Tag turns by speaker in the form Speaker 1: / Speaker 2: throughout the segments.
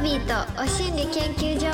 Speaker 1: ービーとお心理研究所。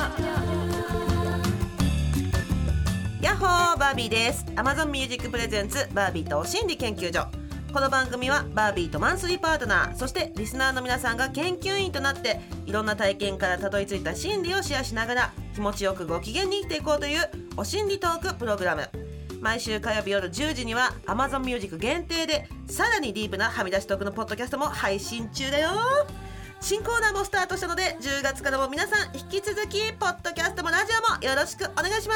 Speaker 2: ヤッホー、バービーです。 Amazon Music Presents バービーとお心理研究所。この番組はバービーとマンスリーパートナー、そしてリスナーの皆さんが研究員となっていろんな体験からたどり着いた心理をシェアしながら気持ちよくご機嫌に生きていこうというお心理トークプログラム。毎週火曜日夜10時には Amazon Music 限定でさらにディープなはみ出しトークのポッドキャストも配信中だよ。新コーナーもスタートしたので10月からも皆さん引き続きポッドキャストもラジオもよろしくお願いします。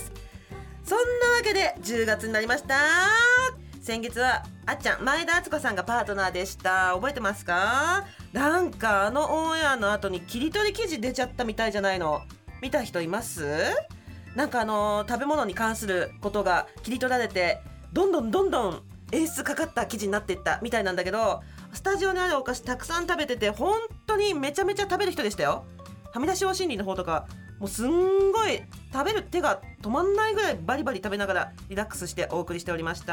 Speaker 2: そんなわけで10月になりました。先月はあっちゃん前田敦子さんがパートナーでした。覚えてますか？なんかあのオンエアの後に切り取り記事出ちゃったみたいじゃないの。見た人います？なんか食べ物に関することが切り取られてどんどん演出かかった記事になっていったみたいなんだけど、スタジオにあるお菓子たくさん食べてて本当にめちゃめちゃ食べる人でしたよ。はみ出しお心理の方とかもうすんごい食べる手が止まんないぐらいバリバリ食べながらリラックスしてお送りしておりました。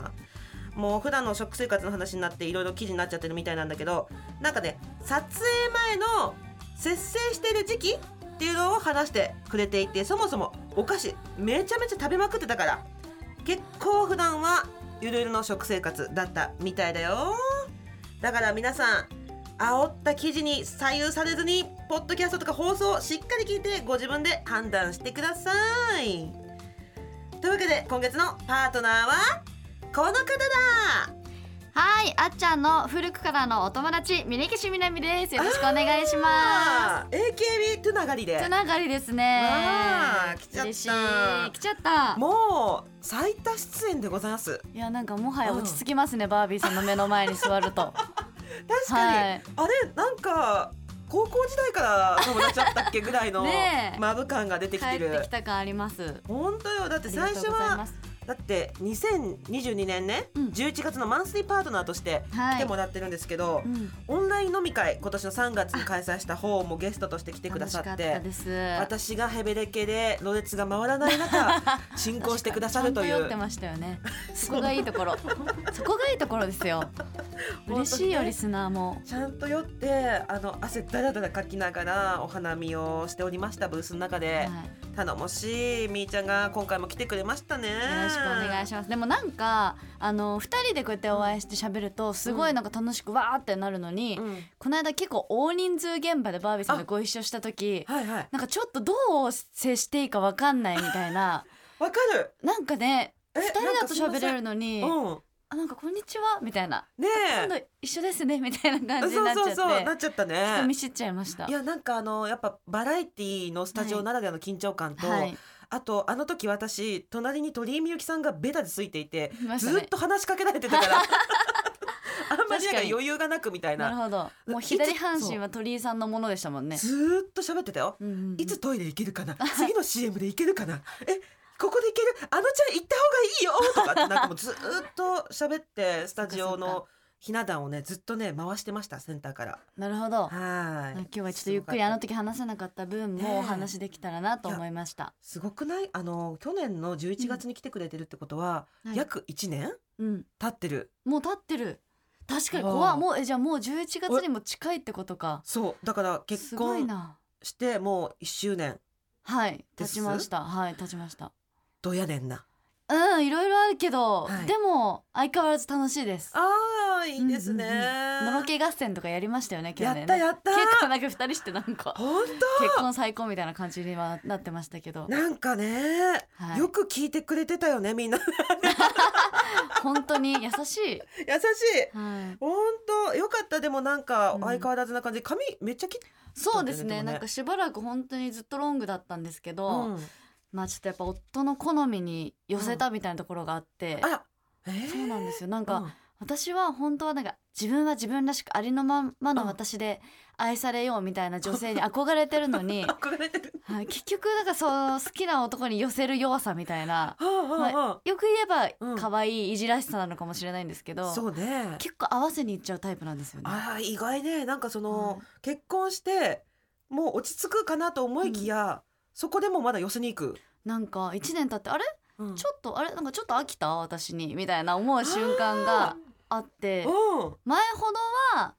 Speaker 2: もう普段の食生活の話になっていろいろ記事になっちゃってるみたいなんだけど、なんかね撮影前の節制してる時期っていうのを話してくれていて、そもそもお菓子めちゃめちゃ食べまくってたから結構普段はゆるゆるの食生活だったみたいだよ。だから皆さん煽った記事に左右されずにポッドキャストとか放送をしっかり聞いてご自分で判断してください。というわけで今月のパートナーはこの方だ。
Speaker 3: はい、あっちゃんの古くからのお友達峯岸みなみです。よろしくお願いします。
Speaker 2: AKB つながりで
Speaker 3: つながりですね。
Speaker 2: 来ちゃった。
Speaker 3: 嬉しい。来ちゃった。
Speaker 2: もう最多出演でございます。
Speaker 3: いやなんかもはや落ち着きますね、バービーさんの目の前に座ると
Speaker 2: 確かに、はい、あれなんか高校時代から友達だったっけぐらいのマブ感が出てきてる。
Speaker 3: 帰ってきた感あります。
Speaker 2: 本当よ。だって最初はだって2022年ね、11月のマンスリーパートナーとして来てもらってるんですけど、オンライン飲み会今年の3月に開催した方もゲストとして来てくださって、私がヘベレケでろれつが回らない中進行してくださるという。
Speaker 3: ちゃんと酔ってましたよね。そこがいいところそこがいいところですよ。嬉しいよ、リスナーも
Speaker 2: ちゃんと酔って汗だらだらかきながらお花見をしておりました。ブースの中で、頼もしいみーちゃんが今回も来てくれましたね。
Speaker 3: よろしくお願いします。でもなんか2人でこうやってお会いして喋るとすごいなんか楽しくわーってなるのに、この間結構大人数現場でバービーさんがご一緒した時、なんかちょっとどう接していいか分かんないみたいな
Speaker 2: わかる。
Speaker 3: なんかね2人だと喋れるのになんかこんにちはみたいな、ねえ今度一緒ですねみたいな感じになっちゃって、
Speaker 2: そうなっちゃったね。
Speaker 3: 人見知っちゃいました。
Speaker 2: いやなんかやっぱバラエティのスタジオならではの緊張感と、あと時私隣に鳥居みゆきさんがベタでついていて、ずっと話しかけられてたからあんまりなんか余裕がなくみたいな。
Speaker 3: なるほど。もう左半身は鳥居さんのものでしたもんね。
Speaker 2: ずっと喋ってたよ、いつトイレ行けるかな次の CM で行けるかなここで行けるちゃん行った方がいいよとかってなんかもうずっと喋ってスタジオのひな壇をねずっとね回してました、センターから。
Speaker 3: なるほど。今日はちょっとゆっくり時話せなかった分もお話できたらなと思いました。
Speaker 2: すごくない？去年の11月に来てくれてるってことは、約1年、経ってる。
Speaker 3: もう経ってる。確かに怖もうじゃあもう11月にも近いってことか。
Speaker 2: そうだから結婚してもう1周年
Speaker 3: 経ちました。経ちました。
Speaker 2: どうやねんな。
Speaker 3: いろいろあるけど、でも相変わらず楽しいです。
Speaker 2: いいですね。
Speaker 3: のろけ合戦とかやりましたよね去年ね。
Speaker 2: やった
Speaker 3: 結構なんか2人してなんか
Speaker 2: 本当
Speaker 3: 結婚最高みたいな感じにはなってましたけど、
Speaker 2: なんかね、よく聞いてくれてたよねみんな
Speaker 3: 本当に優しい
Speaker 2: 優しい、本当よかった。でもなんか相変わらずな感じ、髪めっちゃ切って、
Speaker 3: そうですね、なんかしばらく本当にずっとロングだったんですけど、まあちょっとやっぱ夫の好みに寄せたみたいなところがあって、そうなんですよ。なんか、私は本当はなんか自分は自分らしくありのままの私で愛されようみたいな女性に憧れてるのに結局なんかそう好きな男に寄せる弱さみたいなよく言えば可愛いいじらしさなのかもしれないんですけど、
Speaker 2: そうね、
Speaker 3: 結構合わせにいっちゃうタイプなんですよね。
Speaker 2: 意外ね。なんか結婚してもう落ち着くかなと思いきや、そこでもまだ寄せに行く。なんか
Speaker 3: 1年経ってちょっとなんかちょっと飽きた私にみたいな思う瞬間があって、前ほどは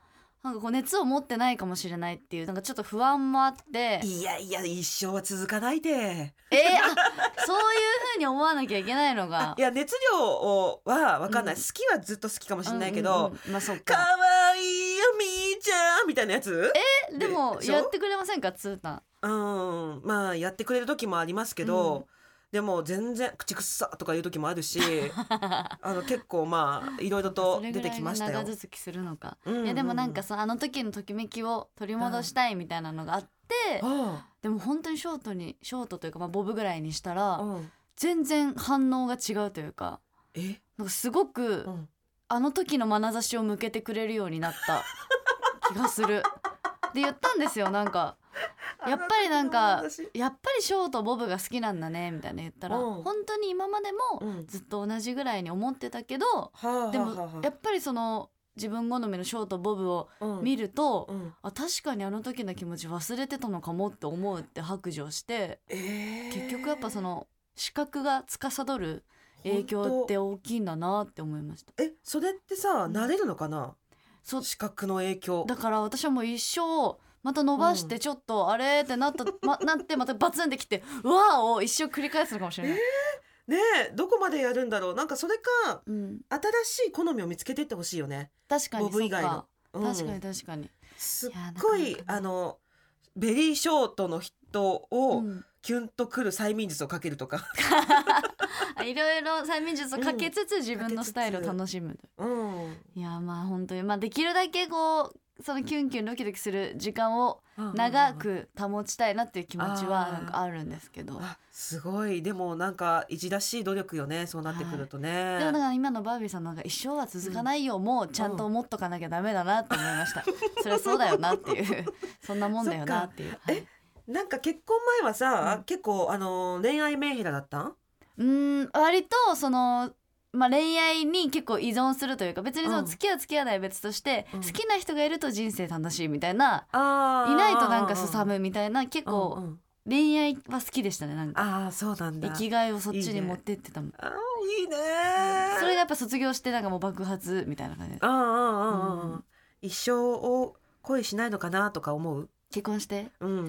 Speaker 3: なんかこう熱を持ってないかもしれないっていうなんかちょっと不安もあって、
Speaker 2: いやいや一生は続かないで。
Speaker 3: そういう風に思わなきゃいけないのが
Speaker 2: いや熱量は分かんない、好きはずっと好きかもしれないけど、
Speaker 3: まあそっ
Speaker 2: か
Speaker 3: か。
Speaker 2: わいいよみーちゃんみたいなやつ。
Speaker 3: でも
Speaker 2: でしょ
Speaker 3: やってくれませんかツータン。
Speaker 2: まあやってくれる時もありますけど、でも全然口くっさとかいう時もあるし結構まあいろいろと出てきましたよ。
Speaker 3: それぐらい長続きするのか、
Speaker 2: うんうんうん、
Speaker 3: いやでもなんかあの時のときめきを取り戻したいみたいなのがあって、でも本当にショートというか、まあ、ボブぐらいにしたら、全然反応が違うというか、なんかすごく、あの時の眼差しを向けてくれるようになった気がするで言ったんですよ。なんかやっぱりなんかやっぱりショートボブが好きなんだねみたいな言ったら、本当に今までもずっと同じぐらいに思ってたけど、でもやっぱりその自分好みのショートボブを見ると、確かにあの時の気持ち忘れてたのかもって思うって白状して、結局やっぱその視覚が司る影響って大きいんだなって思いました。
Speaker 2: それってさ、慣れるのかな、視覚の影響。だ
Speaker 3: から私はもう一生また伸ばしてちょっとあれってなってまたバツンってきてうわーを一生繰り返すのかもしれない。
Speaker 2: ねえどこまでやるんだろう。なんかそれか、新しい好みを見つけていってほしいよね。
Speaker 3: 確かに
Speaker 2: ボブ以外の、
Speaker 3: 確かに
Speaker 2: すっごいベリーショートの人を、キュンとくる催眠術をかけるとか
Speaker 3: いろいろ催眠術をかけつつ、自分のスタイルを楽しむ、いやまあ本当に、まあ、できるだけこうそのキュンキュンドキドキする時間を長く保ちたいなっていう気持ちはなんかあるんですけど、
Speaker 2: すごい。でもなんか一らしい努力よね、そうなってくるとね。
Speaker 3: でもなんか今のバービーさんなんか一生は続かないよ、もうちゃんと思っとかなきゃダメだなって思いました。それはそうだよなっていうそんなもんだよなっていう。
Speaker 2: なんか結婚前はさ、結構恋愛メンヘラだったん？
Speaker 3: 割とそのまあ、恋愛に結構依存するというか、別にその付き合う付き合わない別として、好きな人がいると人生楽しいみたいな、いないとなんかすさむみたいな、結構恋愛は好きでしたね。なんか
Speaker 2: そうなんだ、
Speaker 3: 生きがいをそっちに持ってってたもん。
Speaker 2: いいね。
Speaker 3: それがやっぱ卒業してなんかもう爆発みたいな感じで、
Speaker 2: 一生を恋しないのかなとか思う？
Speaker 3: 結婚して、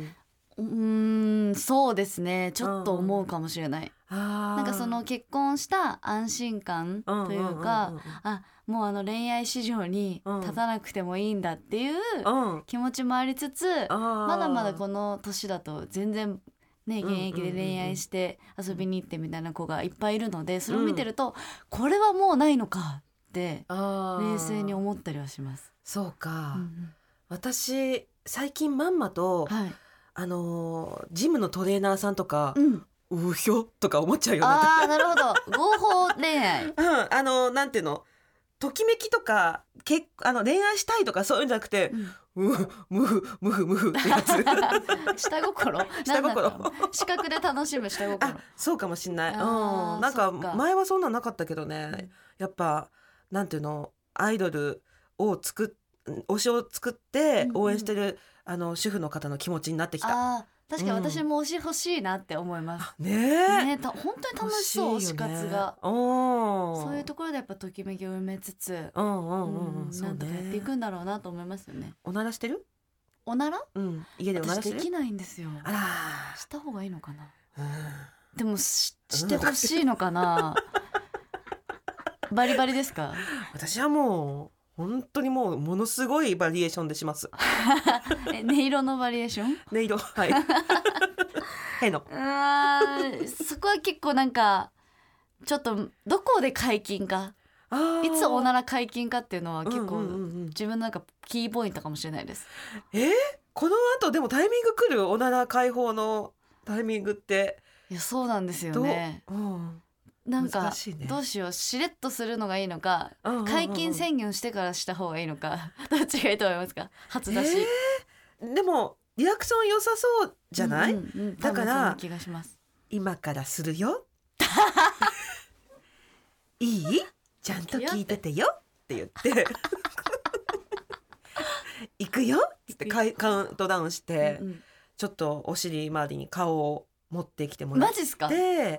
Speaker 3: そうですね、ちょっと思うかもしれない。なんかその結婚した安心感というか、もう恋愛市場に立たなくてもいいんだっていう気持ちもありつつ、まだまだこの年だと全然ね、現役で恋愛して遊びに行ってみたいな子がいっぱいいるので、それを見てると、これはもうないのかって冷静に思ったりはします。
Speaker 2: そうか、私最近まんまと、ジムのトレーナーさんとか、うひょとか思っちゃうよね。
Speaker 3: なるほど、合法恋愛
Speaker 2: なんていうの、ときめきとか恋愛したいとかそういうんじゃなくて、ムフってやつ
Speaker 3: 下心視覚で楽しむ下心。
Speaker 2: そうかもしんない。なんか前はそんなんなかったけどね、やっぱなんていうの、アイドルを推しを作って応援してる、主婦の方の気持ちになってきた。
Speaker 3: 確かに私も推し欲しいなって思います。
Speaker 2: 本当に
Speaker 3: 楽しそう、推し活が。そういうところでやっぱときめきを埋めつつ、なんとかやっていくんだろうなと思いますよね。
Speaker 2: おならしてる？
Speaker 3: おなら？
Speaker 2: 家でおならしてる？
Speaker 3: 私できないんですよ。した方がいいのかな。でもしてほしいのかな。バリバリですか？
Speaker 2: 私はもう本当にもうものすごいバリエーションでします。
Speaker 3: 音色のバリエーション？
Speaker 2: 音色、はい。への。
Speaker 3: そこは結構なんかちょっとどこで解禁か、いつおなら解禁かっていうのは結構自分のなんかキーポイントかもしれないです。
Speaker 2: この後でもタイミング来る？おなら解放のタイミングって。
Speaker 3: いやそうなんですよね。なんかどうしよう、しれっとするのがいいのか、解禁宣言してからした方がいいのか、どっちがいいと思いますか？初出し。
Speaker 2: でもリアクション良さそうじゃない？だから
Speaker 3: 気がします。
Speaker 2: 今からするよ。いい？ちゃんと聞いててよって言って行くよってカウントダウンして、ちょっとお尻周りに顔を持ってきてもらって、
Speaker 3: マジっすか？
Speaker 2: で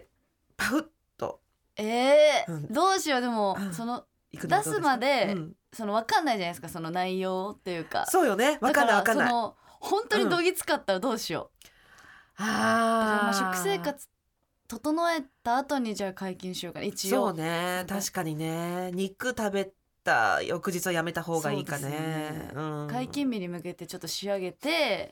Speaker 2: パフッと、
Speaker 3: どうしよう。でもその出すまでその分かんないじゃないですか、その内容っていうか。
Speaker 2: そうよね、分かんない分かんない。
Speaker 3: だからその本当にどぎつかったらどうしよう、だからまあ食生活整えた後にじゃあ解禁しようかな、一応。
Speaker 2: そうね、確かにね、肉食べた翌日はやめた方がいいか ね、
Speaker 3: 解禁日に向けてちょっと仕上げて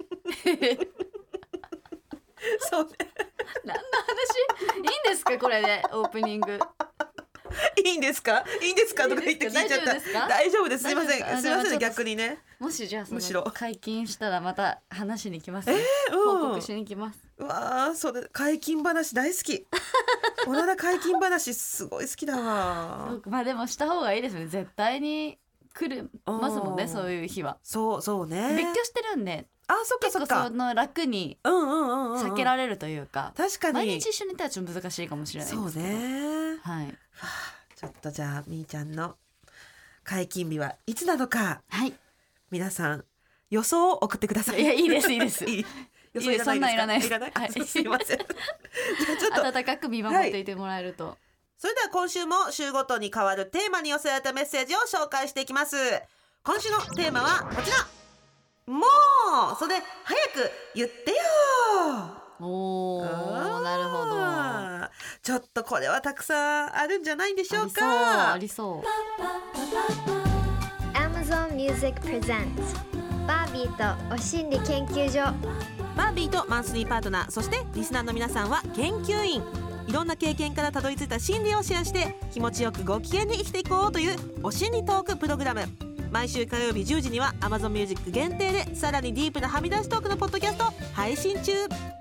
Speaker 2: そうね
Speaker 3: 何の話いいんですかこれでオープニング。
Speaker 2: いいんですかいいんですかとか言って聞いちゃった。大丈夫です、すいませんすいません、逆にね。
Speaker 3: もしじゃあそ
Speaker 2: むしろ
Speaker 3: の解禁したらまた話しに来ます、ね報告しに来ます。
Speaker 2: うわー、それ解禁話大好き小野田解禁話すごい好きだわ。
Speaker 3: まあでもした方がいいですね、絶対に来るますもんね、そういう日は。
Speaker 2: そうね、
Speaker 3: 別居してるんで、
Speaker 2: そっかそっか、
Speaker 3: 結構その楽に避けられるというか、
Speaker 2: 確かに
Speaker 3: 毎日一緒にいたらちょっと難しいかもしれないですけど。
Speaker 2: そうね、
Speaker 3: はい、
Speaker 2: ちょっとじゃあみーちゃんの解禁日はいつなのか、
Speaker 3: はい、
Speaker 2: 皆さん予想を送ってください。
Speaker 3: いや、いいですいいです
Speaker 2: いい予想
Speaker 3: いいです、そんなんいらないです。
Speaker 2: いらない、
Speaker 3: はい、
Speaker 2: すいませんじゃあちょっと
Speaker 3: 温かく見守っていてもらえると、
Speaker 2: それでは今週も週ごとに変わるテーマに寄せられたメッセージを紹介していきます。今週のテーマはこちら、もうそれ早く言ってよ。
Speaker 3: おー、なるほど。
Speaker 2: ちょっとこれはたくさんあるんじゃないんでしょうか。
Speaker 3: ありそう。
Speaker 1: Amazon Music Presents バービーとお心理研究所。
Speaker 2: バービーとマンスリーパートナー、そしてリスナーの皆さんは研究員。いろんな経験からたどり着いた心理をシェアして気持ちよくご機嫌に生きていこうというお心理トークプログラム。毎週火曜日10時には Amazon Music 限定でさらにディープなはみ出しトークのポッドキャスト配信中。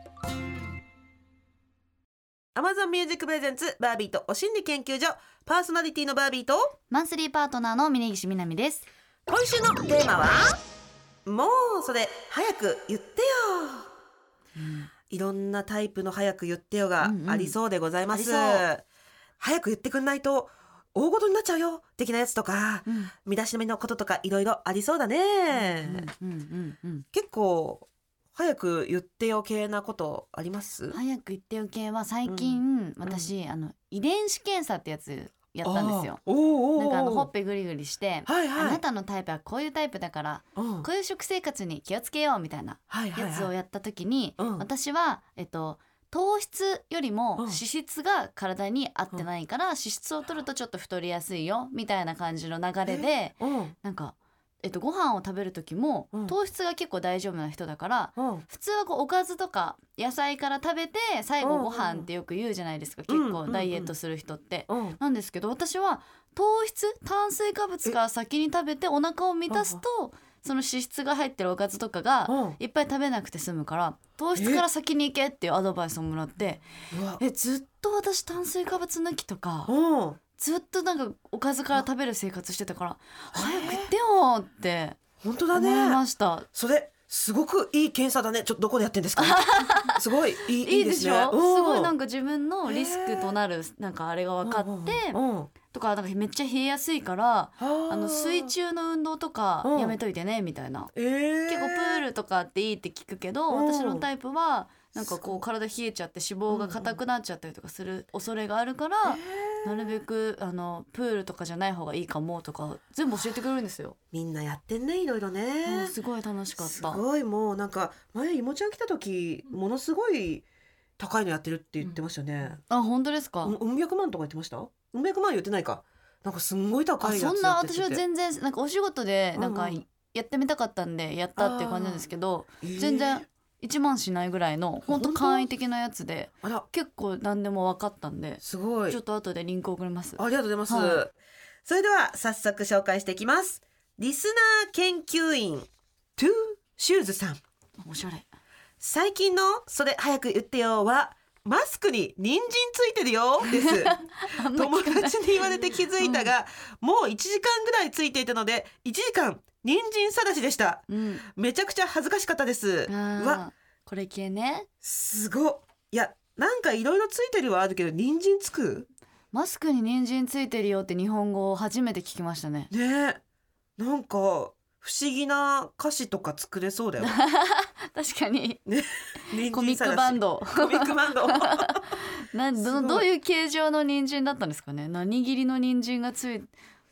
Speaker 2: Amazon Music Presents バービーとお心理研究所、パーソナリティのバービーと
Speaker 3: マンスリーパートナーの峯岸みなみです。
Speaker 2: 今週のテーマはもうそれ早く言ってよ、いろんなタイプの早く言ってよがありそうでございます、早く言ってくんないと大事になっちゃうよ的なやつとか、身だしなみのこととかいろいろありそうだね、結構早く言ってよ系なことあります？
Speaker 3: 早く言ってよ系は最近、私遺伝子検査ってやつやったんですよ。なんかほっぺぐりぐりして、あなたのタイプはこういうタイプだから、こういう食生活に気をつけようみたいなやつをやった時に、私は糖質よりも脂質が体に合ってないから、脂質を取るとちょっと太りやすいよみたいな感じの流れで、なんかご飯を食べる時も糖質が結構大丈夫な人だから、普通はこうおかずとか野菜から食べて最後ご飯ってよく言うじゃないですか、結構ダイエットする人って、なんですけど私は糖質炭水化物から先に食べてお腹を満たすと、その脂質が入ってるおかずとかがいっぱい食べなくて済むから糖質から先に行けっていうアドバイスをもらって、ずっと私炭水化物抜きとかずっとなんかおかずから食べる生活してたから、早く言ってよって
Speaker 2: 本当だ
Speaker 3: 思い
Speaker 2: ね。
Speaker 3: ました。
Speaker 2: それすごくいい検査だね。ちょっとどこでやってんですか？すごいいいですね。
Speaker 3: すごいなんか自分のリスクとなるなんかあれが分かってとか、なんかめっちゃ冷えやすいから水中の運動とかやめといてねみたいな、結構プールとかっていいって聞くけど、私のタイプはなんかこう体冷えちゃって脂肪が硬くなっちゃったりとかする恐れがあるから、なるべくプールとかじゃない方がいいかもとか全部教えてくれるんですよ。
Speaker 2: みんなやってんね、いろいろね。
Speaker 3: すごい楽しかった。
Speaker 2: すごい、もうなんか前いもちゃん来た時ものすごい高いのやってるって言ってましたね。
Speaker 3: あ、本当ですか？
Speaker 2: うん百万とか言ってました？うん百万言ってないか。なんかすんごい高いやつやってて。
Speaker 3: そんな私は全然なんかお仕事でなんかやってみたかったんでやったっていう感じなんですけど、全然1万しないぐらいの本当簡易的なやつで結構何でも分かったんで、
Speaker 2: すごい。
Speaker 3: ちょっと後でリンク送ります。
Speaker 2: ありがとうございます、それでは早速紹介していきます。リスナー研究員トゥーシューズさん。
Speaker 3: おしゃれ。
Speaker 2: 最近のそれ早く言ってよはマスクに人参ついてるよです友達に言われて気づいたが、もう1時間ぐらいついていたので1時間人参さらしでした、めちゃくちゃ恥ずかしかったです。うわ、
Speaker 3: これ系ね。
Speaker 2: すご。いや、なんかいろいろついてるはあるけど人参つく？
Speaker 3: マスクに人参ついてるよって日本語を初めて聞きましたね。
Speaker 2: ね、なんか不思議な歌詞とか作れそうだよ
Speaker 3: 確かに、
Speaker 2: ね、
Speaker 3: コミックバンド
Speaker 2: コミックバンド
Speaker 3: どういう形状の人参だったんですかね。何切りの人参が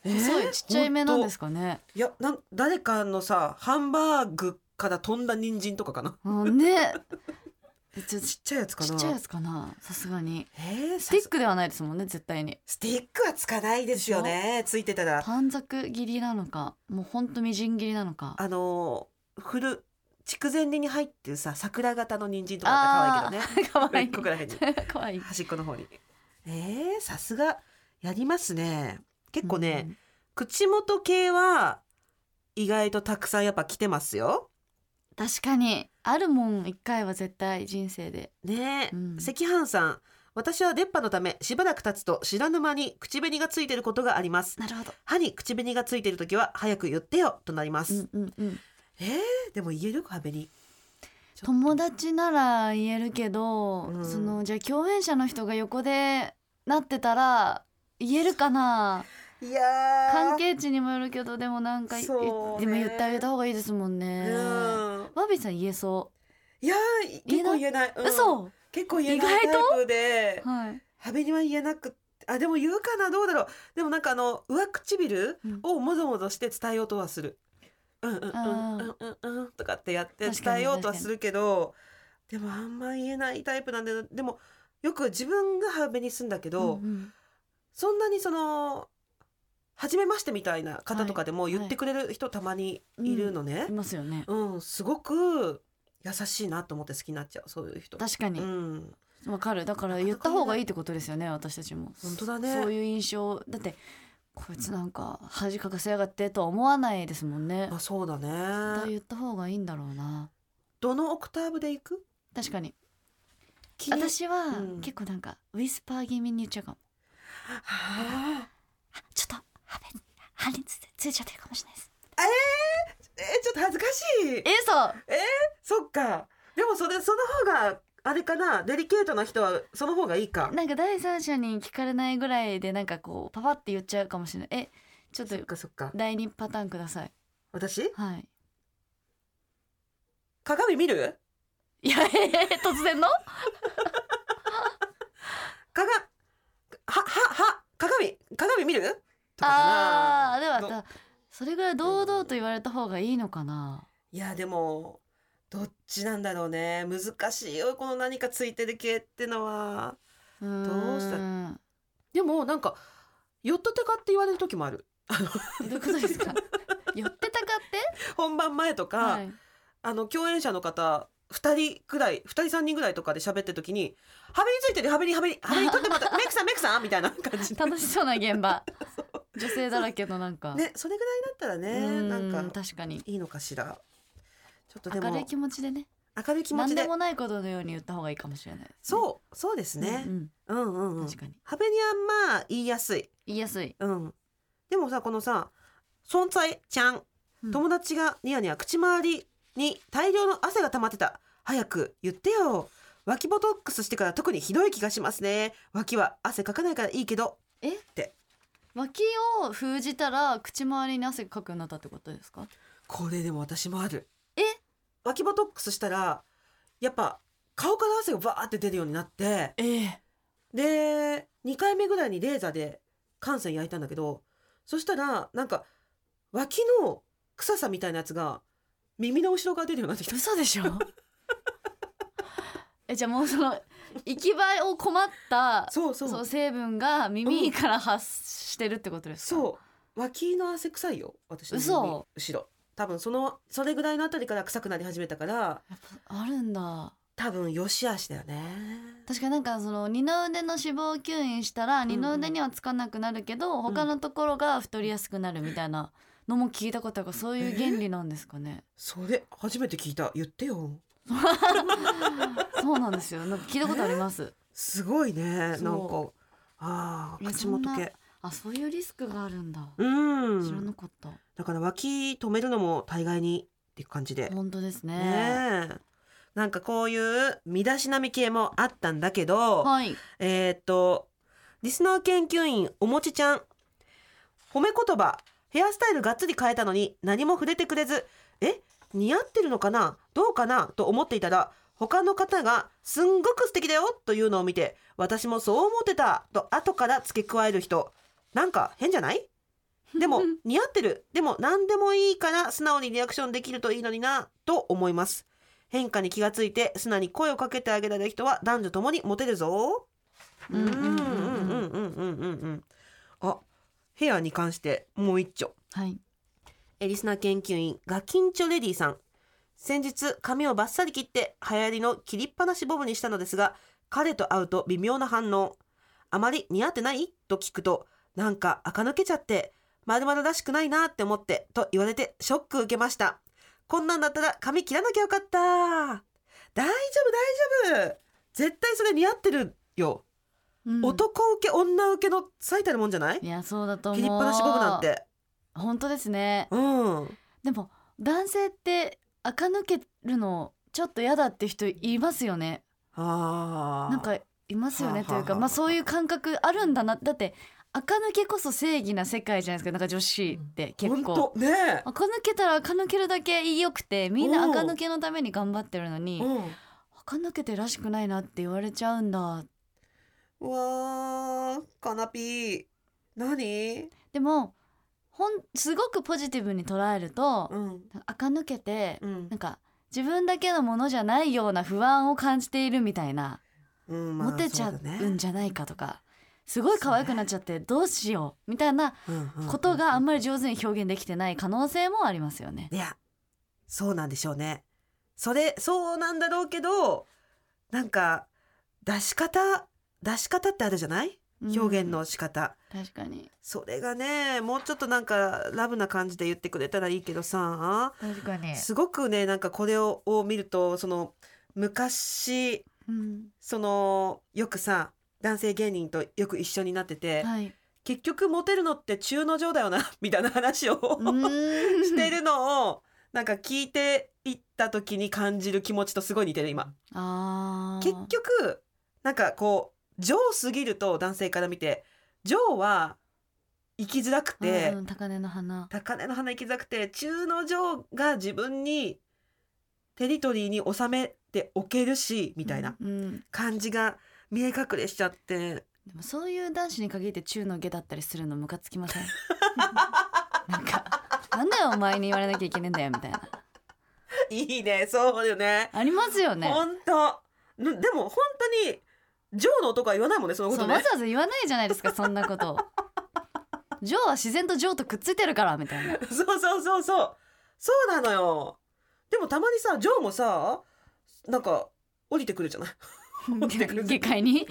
Speaker 3: 細いちっちゃい目なんですかね。
Speaker 2: いや誰かのさハンバーグから飛んだ人参とかかな、
Speaker 3: ね
Speaker 2: ちっちゃいやつかな。
Speaker 3: ちっちゃいやつかな、さすがに。ス
Speaker 2: ス
Speaker 3: ティックではないですもんね、絶対に。
Speaker 2: スティックはつかないですよね。ついてたら
Speaker 3: 短冊切りなのか、もうほんとみじん切りなのか。
Speaker 2: 筑前煮に入ってるさ桜型の人参とかだったら可愛いけどね。
Speaker 3: 可愛い
Speaker 2: ここら辺に
Speaker 3: 可愛い。
Speaker 2: 端っこの方に。さすがやりますね。結構ね、口元系は意外とたくさんやっぱ来てますよ。
Speaker 3: 確かにあるもん、一回は絶対人生で
Speaker 2: ね。赤飯さん、私は出っ歯のためしばらく経つと知らぬ間に口紅がついてることがあります。
Speaker 3: なるほど。
Speaker 2: 歯に口紅がついてる時は早く言ってよとなります。でも言える歯紅。
Speaker 3: 友達なら言えるけど、じゃあ共演者の人が横でなってたら言えるかな。
Speaker 2: いや
Speaker 3: 関係値にもよるけど、でもなんか、でも言ってあげた方がいいですもんね。バビーさん言えそう。
Speaker 2: いや結構言えない。
Speaker 3: 嘘。
Speaker 2: 結構言えないタイプで、歯紅は言えなく、でも言うかな、どうだろう。でもなんか上唇をもぞもぞして伝えようとはする。とかってやって伝えようとはするけど、でもあんま言えないタイプなんで。でもよく自分が歯紅すんだけど、そんなに初めましてみたいな方とかでも言ってくれる人たまにいるのね。
Speaker 3: いますよね。
Speaker 2: すごく優しいなと思って好きになっちゃう、そういう人。
Speaker 3: 確かに。わかる。だから言った方がいいってことですよね、私たちも。
Speaker 2: 本当だね。
Speaker 3: そういう印象だって、こいつなんか恥かかせやがってとは思わないですもんね。
Speaker 2: そうだね。
Speaker 3: 言った方がいいんだろうな。
Speaker 2: どのオクターブでいく？
Speaker 3: 確かに。私は結構なんかウィスパー気味に言っちゃうかも。ちょっと歯についちゃってるかもしれないです。
Speaker 2: ちょっと恥ずかしい。そっか。でもその方があれかな、デリケートな人はその方がいいか。
Speaker 3: なんか第三者に聞かれないぐらいでなんかこうパパって言っちゃうかもしれない。ちょっと第2パターンください。
Speaker 2: 私？
Speaker 3: はい。
Speaker 2: 鏡見る？
Speaker 3: いや突然の
Speaker 2: 鏡見る？
Speaker 3: ではそれぐらい堂々と言われた方がいいのかな。
Speaker 2: いやでもどっちなんだろうね。難しいよ、この何かついてる系ってのは。どうした？でもなんか寄ってたかって言われる時もある。
Speaker 3: どういうことですか？寄ってたかって
Speaker 2: 本番前とか、共演者の方2人3人ぐらいとかで喋ってる時に歯紅ついてる、歯紅取ってもらったメイクさんみたいな感じ。
Speaker 3: 楽しそうな現場女性だらけのなんか
Speaker 2: ね、それぐらいだったらね、なんか
Speaker 3: 確かに
Speaker 2: いいのかしら。ちょっとでも
Speaker 3: 明るい気持ちでね、
Speaker 2: 明るい気持ちで
Speaker 3: 何でもないことのように言った方がいいかもしれないですね。
Speaker 2: そうですね。確かに歯紅はまあ言いやすい。でもさ、このさ存在ちゃん、友達がニヤニヤ口周りに大量の汗が溜まってた、早く言ってよ。脇ボトックスしてから特にひどい気がしますね。脇は汗かかないからいいけどって
Speaker 3: 脇を封じたら口周りに汗かくようになったってことですか？
Speaker 2: これでも私もある。脇ボトックスしたらやっぱ顔から汗がバーって出るようになって、で2回目ぐらいにレーザーで汗腺焼いたんだけど、そしたらなんか脇の臭さみたいなやつが耳の後ろから出るようになってきた。
Speaker 3: 嘘でしょ？じゃあもうその行き場を困ったそう成分が耳から発してるってことですか？
Speaker 2: そう脇の汗臭いよ、私の耳後ろ。多分それぐらいのあたりから臭くなり始めたから。やっ
Speaker 3: ぱあるんだ。
Speaker 2: 多分良し悪しだよね。
Speaker 3: 確かになんかその二の腕の脂肪吸引したら二の腕にはつかなくなるけど、他のところが太りやすくなるみたいなのも聞いたことが、そういう原理なんですかね。
Speaker 2: それ初めて聞いた。言ってよ。
Speaker 3: そうなんですよ。なんか聞いたことあります。
Speaker 2: すごいね。なんか口元系。
Speaker 3: そういうリスクがあるんだ。知らなかった。
Speaker 2: だから脇止めるのも大概にっていう感じで。
Speaker 3: 本当ですね。
Speaker 2: なんかこういう身だしなみ系もあったんだけど、リスナー研究員おもちちゃん、褒め言葉、ヘアスタイルがっつり変えたのに何も触れてくれず、似合ってるのかなどうかなと思っていたら、他の方がすんごく素敵だよというのを見て、私もそう思ってたと後から付け加える人、なんか変じゃない？ でも似合ってる、でも何でもいいから素直にリアクションできるといいのになと思います。変化に気がついて素直に声をかけてあげられる人は男女ともにモテるぞ。あ、ヘアに関してもう一丁。
Speaker 3: はい。
Speaker 2: リスナー研究員ガキンチョレディさん、先日髪をバッサリ切って流行りの切りっぱなしボブにしたのですが、彼と会うと微妙な反応。あまり似合ってないと聞くと、なんか垢抜けちゃって〇〇らしくないなって思ってと言われてショック受けました。こんなんだったら髪切らなきゃよかった。大丈夫絶対それ似合ってるよ、男受け女受けの最たるもんじゃない？
Speaker 3: いやそうだと思う。
Speaker 2: 切りっぱなしボブなんて
Speaker 3: 本当ですね。でも男性って垢抜けるのちょっと嫌だって人いますよね。なんかいますよねというか、そういう感覚あるんだな。だって垢抜けこそ正義な世界じゃないですか。なんか女子って結構、垢抜けたら垢抜けるだけ良くて、みんな垢抜けのために頑張ってるのに、垢抜けてらしくないなって言われちゃうんだ。
Speaker 2: うわー、カナピー何？
Speaker 3: でもすごくポジティブに捉えると、垢抜けて、なんか自分だけのものじゃないような不安を感じているみたいな、モテちゃうんじゃないかとか、すごい可愛くなっちゃってどうしようみたいなことがあんまり上手に表現できてない可能性もありますよね。
Speaker 2: いやそうなんでしょうね。そうなんだろうけど、なんか出し方ってあるじゃない？表現の仕方、
Speaker 3: 確かに
Speaker 2: それがね、もうちょっとなんかラブな感じで言ってくれたらいいけどさ。
Speaker 3: 確かに
Speaker 2: すごくね、なんかこれを見ると、その昔、そのよくさ男性芸人とよく一緒になってて、結局モテるのって中の上だよなみたいな話をしてるのをなんか聞いていった時に感じる気持ちとすごい似てる今。結局なんかこう上すぎると、男性から見て上は生きづらくて、
Speaker 3: 高嶺の花
Speaker 2: 生きづらくて、中の上が自分にテリトリーに収めておけるしみたいな感じが見え隠れしちゃって、
Speaker 3: でもそういう男子に限って中の下だったりするのムカつきません？なんかなんだよお前に言われなきゃいけねえんだよみたいな。
Speaker 2: いいね、そうよね、
Speaker 3: ありますよね。
Speaker 2: 本当。でも本当にジョーの男は言わないもんね、そのことね。
Speaker 3: わざわざ言わないじゃないですかそんなことジョーは自然とジョーとくっついてるからみたいな。
Speaker 2: そうなのよ。でもたまにさジョーもさなんか降りてくるじゃない
Speaker 3: 下界に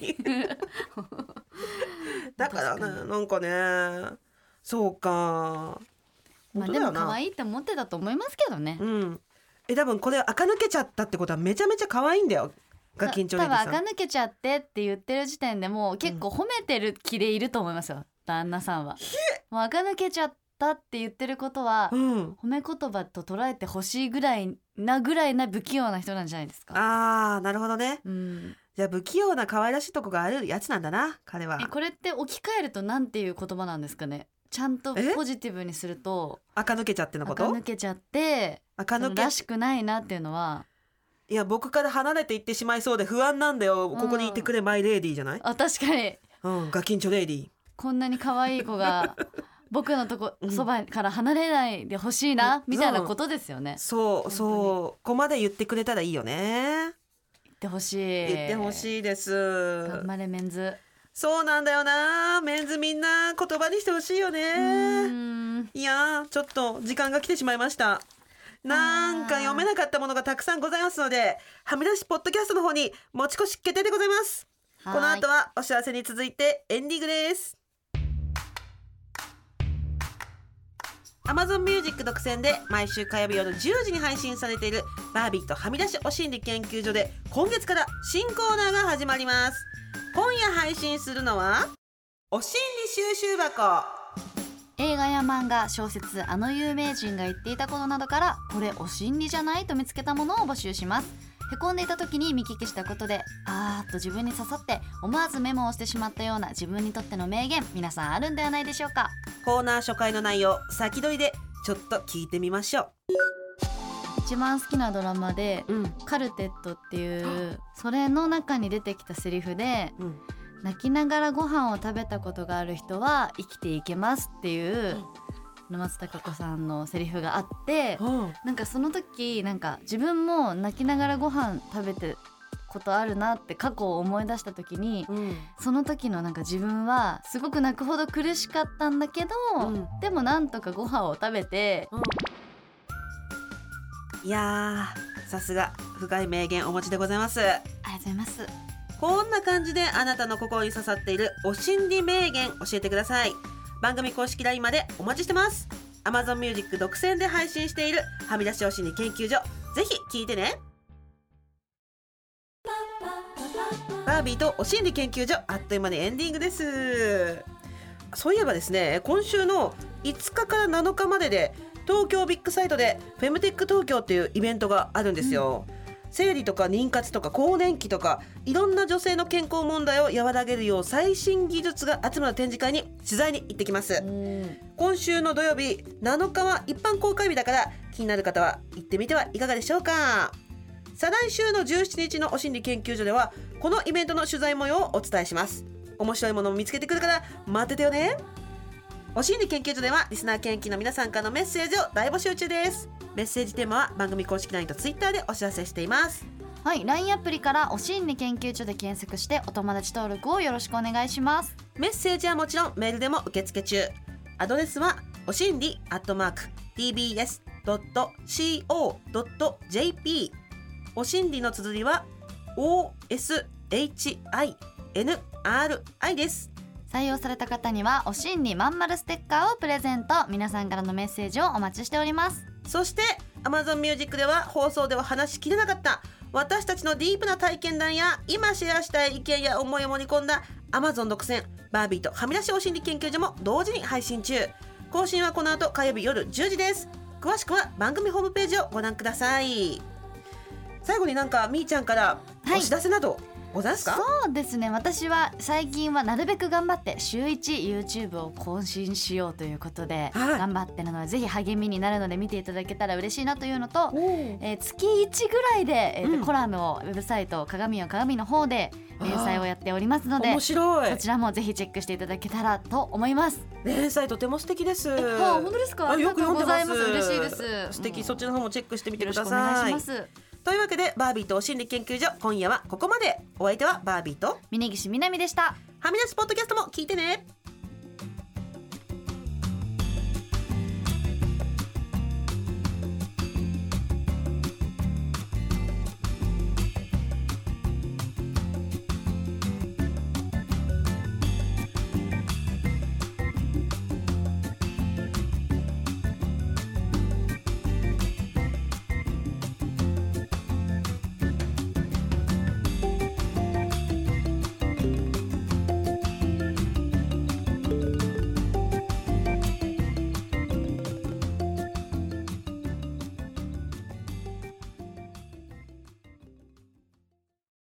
Speaker 2: だからね、なんかね、そうか、
Speaker 3: でも可愛いって思ってたと思いますけどね。
Speaker 2: 多分これ垢抜けちゃったってことはめちゃめちゃ可愛いんだよ、ガキンチョレディさん。
Speaker 3: 多分垢抜けちゃってって言ってる時点でもう結構褒めてる気でいると思いますよ、旦那さんは。もう垢抜けちゃったって言ってることは、褒め言葉と捉えてほしいぐらいな不器用な人なんじゃないですか。
Speaker 2: なるほどね、じゃあ不器用な可愛らしいとこがあるやつなんだな、彼は。
Speaker 3: これって置き換えるとなんていう言葉なんですかね。ちゃんとポジティブにすると、
Speaker 2: 垢抜けちゃってのこと？
Speaker 3: 垢抜けちゃってらしくないなっていうのは、
Speaker 2: いや僕から離れていってしまいそうで不安なんだよ、ここにいてくれマイレディーじゃない？
Speaker 3: 確かに、
Speaker 2: ガキンチョレディー。
Speaker 3: こんなに可愛い子が僕のそばから離れないでほしいな、みたいなことですよね。
Speaker 2: そうここまで言ってくれたらいいよね。
Speaker 3: 言ってほしいです。頑張れメンズ。
Speaker 2: そうなんだよな、メンズみんな言葉にしてほしいよね。いやちょっと時間が来てしまいました。なんか読めなかったものがたくさんございますので、はみ出しポッドキャストの方に持ち越し決定でございます。この後はお知らせに続いてエンディングです。 Amazon Music 独占で毎週火曜日夜10時に配信されているバービーとはみ出しお心理研究所で、今月から新コーナーが始まります。今夜配信するのはお心理収集箱。
Speaker 3: 映画や漫画、小説、あの有名人が言っていたことなどから、これお心理じゃないと見つけたものを募集します。へこんでいた時に見聞きしたことであーっと自分に刺さって思わずメモをしてしまったような自分にとっての名言、皆さんあるんではないでしょうか。
Speaker 2: コーナー初回の内容先取りでちょっと聞いてみましょう。
Speaker 3: 一番好きなドラマで、カルテットっていうそれの中に出てきたセリフで、 泣きながらご飯を食べたことがある人は生きていけますっていう松たか子さんのセリフがあって、なんかその時なんか自分も泣きながらご飯食べてことあるなって過去を思い出した時に、その時のなんか自分はすごく泣くほど苦しかったんだけど、でもなんとかご飯を食べて、
Speaker 2: いやーさすが深い名言お持ちでございます。
Speaker 3: ありがとうございます。
Speaker 2: こんな感じであなたの心に刺さっているお心理名言教えてください。番組公式 LINE までお待ちしてます。 Amazon Music 独占で配信しているはみ出しお心理研究所、ぜひ聞いてね。バービーとお心理研究所、あっという間にエンディングです。そういえばですね、今週の5日から7日までで東京ビッグサイトでフェムテック東京っていうイベントがあるんですよ。生理とか妊活とか更年期とかいろんな女性の健康問題を和らげるよう最新技術が集まる展示会に取材に行ってきます。今週の土曜日7日は一般公開日だから、気になる方は行ってみてはいかがでしょうか。再来週の17日のお心理研究所ではこのイベントの取材模様をお伝えします。面白いものを見つけてくるから待っててよね。お心理研究所ではリスナー研究の皆さんからのメッセージを大募集中です。メッセージテーマは番組公式 LINE と Twitter でお知らせしています。
Speaker 3: はい、LINE アプリからお心理研究所で検索してお友達登録をよろしくお願いします。
Speaker 2: メッセージはもちろんメールでも受付中。アドレスはおしんり@tbs.co.jp、 おしんりの綴りは OSHINRI です。
Speaker 3: 採用された方にはおしんりまんまるステッカーをプレゼント。皆さんからのメッセージをお待ちしております。
Speaker 2: そして Amazon Music では放送では話しきれなかった私たちのディープな体験談や今シェアしたい意見や思いを盛り込んだ Amazon 独占バービーとはみ出しお心理研究所も同時に配信中。更新はこの後火曜日夜10時です。詳しくは番組ホームページをご覧ください。最後になんかみーちゃんからお知らせなど、ございますか？
Speaker 3: そうですね、私は最近はなるべく頑張って週 1YouTube を更新しようということで頑張ってるので、ぜひ励みになるので見ていただけたら嬉しいなというのと、月1ぐらいで、コラムをウェブサイト鏡よ鏡の方で連載をやっておりますので、
Speaker 2: 面白い。
Speaker 3: そちらもぜひチェックしていただけたらと思います。
Speaker 2: 連載とても素敵です。
Speaker 3: 本当ですか？ありがとうございます。嬉しいです。
Speaker 2: 素敵。そっちの方もチェックしてみてください。
Speaker 3: よろしくお願いします。
Speaker 2: というわけでバービーとお心理研究所、今夜はここまで。お相手はバービーと
Speaker 3: 峯岸みなみでした。
Speaker 2: はみ出しポッドキャストも聞いてね。